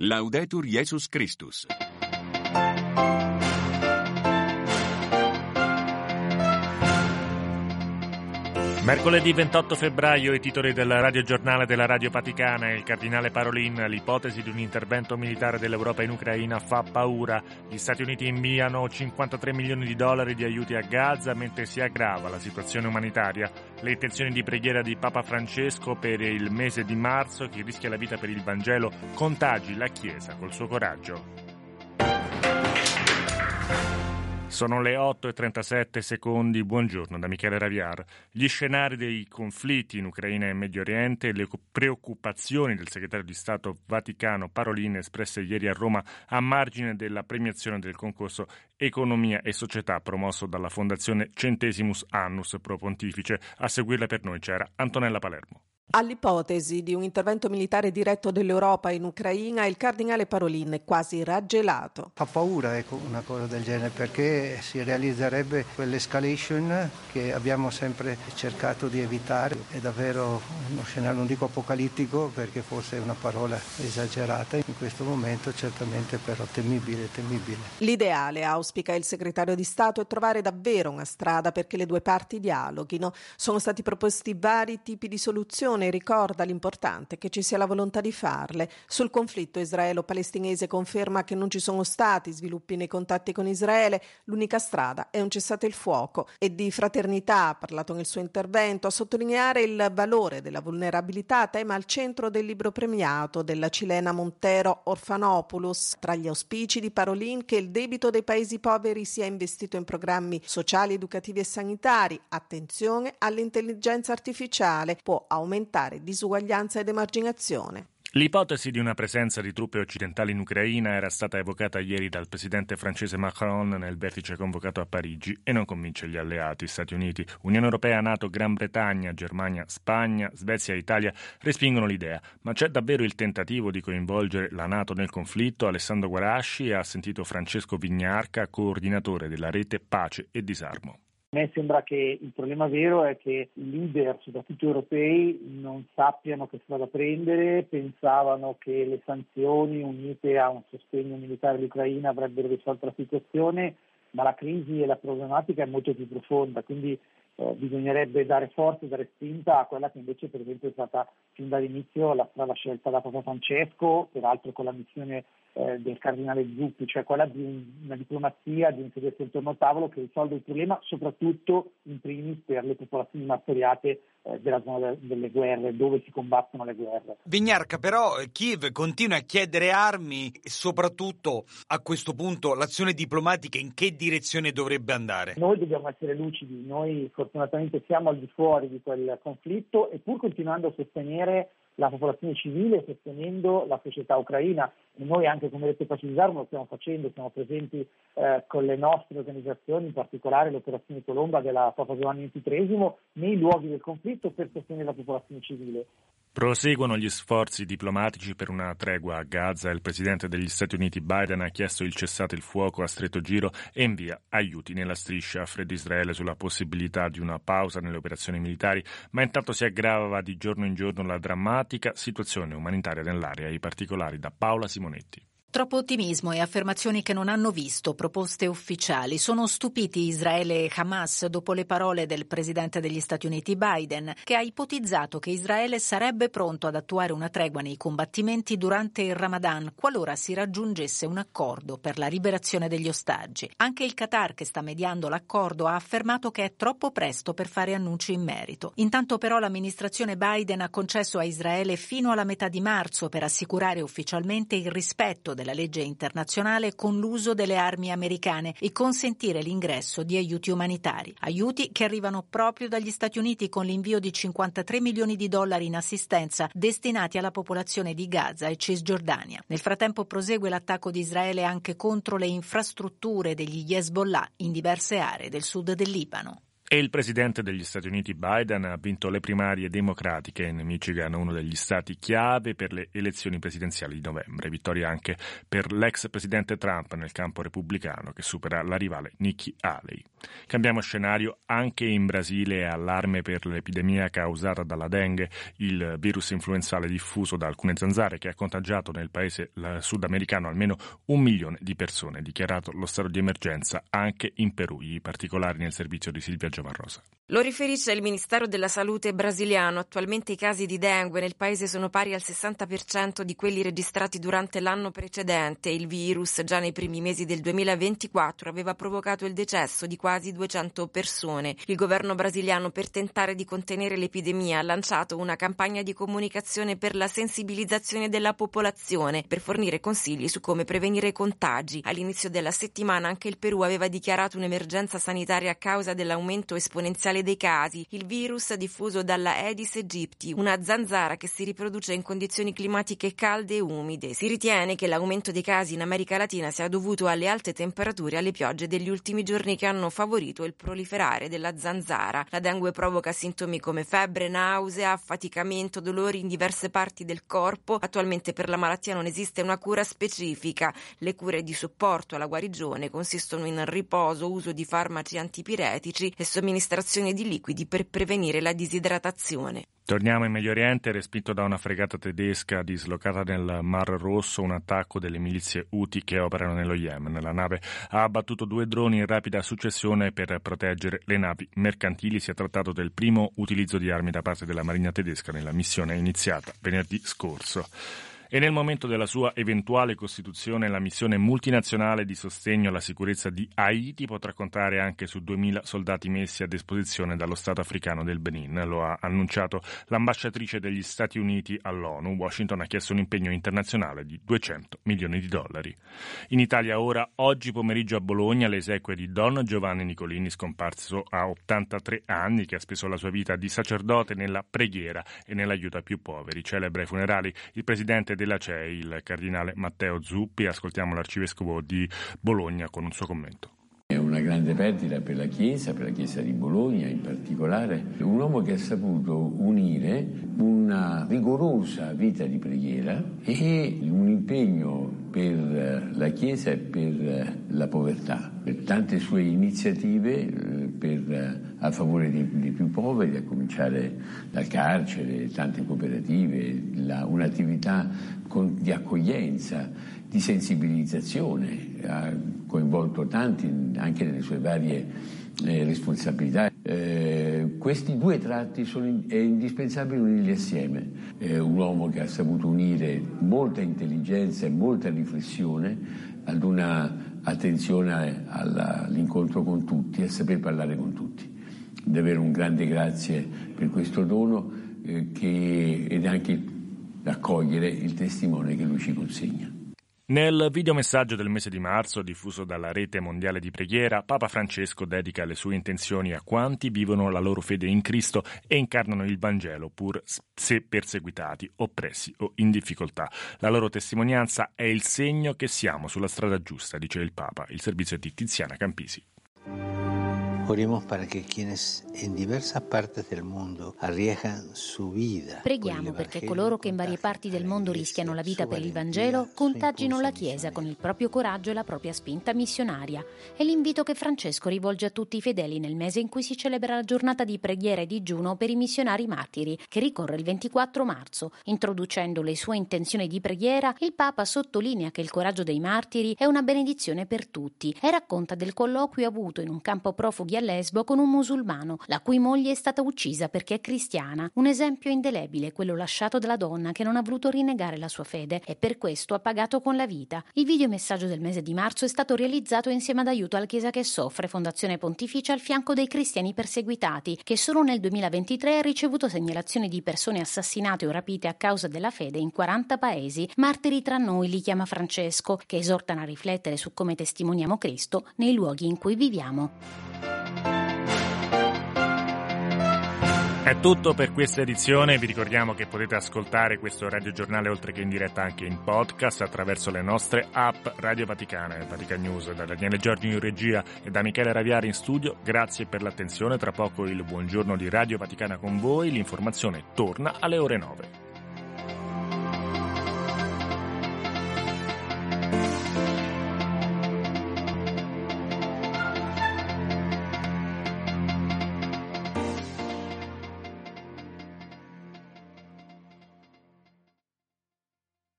Laudetur Jesus Christus. Mercoledì 28 febbraio, i titoli del radiogiornale della Radio Vaticana. Il cardinale Parolin: l'ipotesi di un intervento militare dell'Europa in Ucraina fa paura. Gli Stati Uniti inviano $53 milioni di aiuti a Gaza mentre si aggrava la situazione umanitaria. Le intenzioni di preghiera di Papa Francesco per il mese di marzo: chi rischia la vita per il Vangelo contagi la Chiesa col suo coraggio. Sono le 8:37. Buongiorno da Michele Raviar. Gli scenari dei conflitti in Ucraina e Medio Oriente e le preoccupazioni del segretario di Stato Vaticano Parolin espresse ieri a Roma a margine della premiazione del concorso Economia e Società promosso dalla Fondazione Centesimus Annus Pro Pontifice. A seguirla per noi c'era Antonella Palermo. All'ipotesi di un intervento militare diretto dell'Europa in Ucraina, il cardinale Parolin è quasi raggelato. Fa paura una cosa del genere, perché si realizzerebbe quell'escalation che abbiamo sempre cercato di evitare. È davvero uno scenario, non dico apocalittico perché forse è una parola esagerata, in questo momento certamente però temibile. L'ideale, auspica il segretario di Stato, è trovare davvero una strada perché le due parti dialoghino. Sono stati proposti vari tipi di soluzioni. Ricorda l'importante che ci sia la volontà di farle. Sul conflitto israelo-palestinese conferma che non ci sono stati sviluppi nei contatti con Israele, l'unica strada è un cessate il fuoco. E di fraternità ha parlato nel suo intervento, a sottolineare il valore della vulnerabilità, tema al centro del libro premiato della cilena Montero Orfanopoulos. Tra gli auspici di Parolin che il debito dei paesi poveri sia investito in programmi sociali, educativi e sanitari. Attenzione all'intelligenza artificiale, può aumentare disuguaglianza ed emarginazione. L'ipotesi di una presenza di truppe occidentali in Ucraina era stata evocata ieri dal presidente francese Macron nel vertice convocato a Parigi e non convince gli alleati. Stati Uniti, Unione Europea, NATO, Gran Bretagna, Germania, Spagna, Svezia e Italia respingono l'idea. Ma c'è davvero il tentativo di coinvolgere la NATO nel conflitto? Alessandro Guarasci ha sentito Francesco Vignarca, coordinatore della rete Pace e Disarmo. A me sembra che il problema vero è che i leader, soprattutto europei, non sappiano che strada prendere. Pensavano che le sanzioni unite a un sostegno militare all'Ucraina avrebbero risolto la situazione, ma la crisi e la problematica è molto più profonda, quindi bisognerebbe dare forza e dare spinta a quella che invece per esempio è stata fin dall'inizio la scelta da Papa Francesco, peraltro con la missione del cardinale Zuppi, cioè quella di una diplomazia, di un sedersi intorno al tavolo che risolve il problema, soprattutto in primis per le popolazioni martoriate della zona delle guerre, dove si combattono le guerre. Vignarca, però Kiev continua a chiedere armi e soprattutto a questo punto l'azione diplomatica in che direzione dovrebbe andare? Noi dobbiamo essere lucidi, noi fortunatamente siamo al di fuori di quel conflitto e pur continuando a sostenere la popolazione civile, sostenendo la società ucraina. E noi anche come Rete Pace e Disarmo lo stiamo facendo, siamo presenti con le nostre organizzazioni, in particolare l'operazione Colomba della Papa Giovanni XXIII, nei luoghi del conflitto per sostenere la popolazione civile. Proseguono gli sforzi diplomatici per una tregua a Gaza. Il presidente degli Stati Uniti Biden ha chiesto il cessate il fuoco a stretto giro e invia aiuti nella striscia. Freddo Israele sulla possibilità di una pausa nelle operazioni militari, ma intanto si aggrava di giorno in giorno la drammatica situazione umanitaria nell'area. I particolari da Paola Simonetti. Troppo ottimismo e affermazioni che non hanno visto proposte ufficiali. Sono stupiti Israele e Hamas dopo le parole del presidente degli Stati Uniti Biden, che ha ipotizzato che Israele sarebbe pronto ad attuare una tregua nei combattimenti durante il Ramadan, qualora si raggiungesse un accordo per la liberazione degli ostaggi. Anche il Qatar, che sta mediando l'accordo, ha affermato che è troppo presto per fare annunci in merito. Intanto però l'amministrazione Biden ha concesso a Israele fino alla metà di marzo per assicurare ufficialmente il rispetto della legge internazionale con l'uso delle armi americane e consentire l'ingresso di aiuti umanitari. Aiuti che arrivano proprio dagli Stati Uniti con l'invio di $53 milioni in assistenza destinati alla popolazione di Gaza e Cisgiordania. Nel frattempo prosegue l'attacco di Israele anche contro le infrastrutture degli Hezbollah in diverse aree del sud del Libano. E il presidente degli Stati Uniti Biden ha vinto le primarie democratiche in Michigan, uno degli stati chiave per le elezioni presidenziali di novembre. Vittoria anche per l'ex presidente Trump nel campo repubblicano, che supera la rivale Nikki Haley. Cambiamo scenario, anche in Brasile è allarme per l'epidemia causata dalla dengue, il virus influenzale diffuso da alcune zanzare che ha contagiato nel paese sudamericano almeno 1 milione di persone. Dichiarato lo stato di emergenza anche in Perù. I particolari nel servizio di Silvia Giovanrosa. Lo riferisce il Ministero della Salute brasiliano. Attualmente i casi di dengue nel paese sono pari al 60% di quelli registrati durante l'anno precedente. Il virus già nei primi mesi del 2024 aveva provocato il decesso di quasi 200 persone. Il governo brasiliano, per tentare di contenere l'epidemia, ha lanciato una campagna di comunicazione per la sensibilizzazione della popolazione, per fornire consigli su come prevenire i contagi. All'inizio della settimana anche il Perù aveva dichiarato un'emergenza sanitaria a causa dell'aumento esponenziale dei casi. Il virus diffuso dalla Aedes aegypti, una zanzara che si riproduce in condizioni climatiche calde e umide. Si ritiene che l'aumento dei casi in America Latina sia dovuto alle alte temperature e alle piogge degli ultimi giorni che hanno favorito il proliferare della zanzara. La dengue provoca sintomi come febbre, nausea, affaticamento, dolori in diverse parti del corpo. Attualmente per la malattia non esiste una cura specifica. Le cure di supporto alla guarigione consistono in riposo, uso di farmaci antipiretici e somministrazione di liquidi per prevenire la disidratazione. Torniamo in Medio Oriente, respinto da una fregata tedesca dislocata nel Mar Rosso un attacco delle milizie Houthi che operano nello Yemen. La nave ha abbattuto 2 droni in rapida successione per proteggere le navi mercantili. Si è trattato del primo utilizzo di armi da parte della Marina tedesca nella missione iniziata venerdì scorso. E nel momento della sua eventuale costituzione la missione multinazionale di sostegno alla sicurezza di Haiti potrà contare anche su 2.000 soldati messi a disposizione dallo Stato africano del Benin. Lo ha annunciato l'ambasciatrice degli Stati Uniti all'ONU. Washington ha chiesto un impegno internazionale di $200 milioni. In Italia ora, oggi pomeriggio a Bologna, le esequie di Don Giovanni Nicolini, scomparso a 83 anni, che ha speso la sua vita di sacerdote nella preghiera e nell'aiuto ai più poveri. Celebra i funerali il presidente della CEI, il cardinale Matteo Zuppi. Ascoltiamo l'arcivescovo di Bologna con un suo commento. È una grande perdita per la Chiesa di Bologna in particolare, un uomo che ha saputo unire una rigorosa vita di preghiera e un impegno per la Chiesa e per la povertà, per tante sue iniziative a favore dei più poveri, a cominciare dal carcere, tante cooperative, un'attività di accoglienza, di sensibilizzazione, ha coinvolto tanti anche nelle sue varie responsabilità. Questi 2 tratti è indispensabile unirli assieme. Un uomo che ha saputo unire molta intelligenza e molta riflessione ad una attenzione all'incontro con tutti, a saper parlare con tutti. Davvero un grande grazie per questo dono ed anche accogliere il testimone che lui ci consegna. Nel videomessaggio del mese di marzo, diffuso dalla Rete Mondiale di Preghiera, Papa Francesco dedica le sue intenzioni a quanti vivono la loro fede in Cristo e incarnano il Vangelo, pur se perseguitati, oppressi o in difficoltà. La loro testimonianza è il segno che siamo sulla strada giusta, dice il Papa. Il servizio è di Tiziana Campisi. Oremos para que quienes en diversas partes del mundo arriesgan su vida. Preghiamo perché coloro che in varie parti del mondo rischiano la vita per il Vangelo contagino la Chiesa con il proprio coraggio e la propria spinta missionaria. È l'invito che Francesco rivolge a tutti i fedeli nel mese in cui si celebra la giornata di preghiera e digiuno per i missionari martiri, che ricorre il 24 marzo. Introducendo le sue intenzioni di preghiera, il Papa sottolinea che il coraggio dei martiri è una benedizione per tutti e racconta del colloquio avuto in un campo profughi a Lesbo con un musulmano, la cui moglie è stata uccisa perché è cristiana. Un esempio indelebile, quello lasciato dalla donna che non ha voluto rinnegare la sua fede e per questo ha pagato con la vita. Il videomessaggio del mese di marzo è stato realizzato insieme ad Aiuto alla Chiesa che soffre, Fondazione Pontificia al fianco dei cristiani perseguitati, che solo nel 2023 ha ricevuto segnalazioni di persone assassinate o rapite a causa della fede in 40 paesi. Martiri tra noi li chiama Francesco, che esortano a riflettere su come testimoniamo Cristo nei luoghi in cui viviamo. È tutto per questa edizione, vi ricordiamo che potete ascoltare questo radiogiornale oltre che in diretta anche in podcast attraverso le nostre app Radio Vaticana e Vatican News. Da Daniele Giorgio in regia e da Michele Raviari in studio, grazie per l'attenzione, tra poco il buongiorno di Radio Vaticana con voi, l'informazione torna alle ore 9.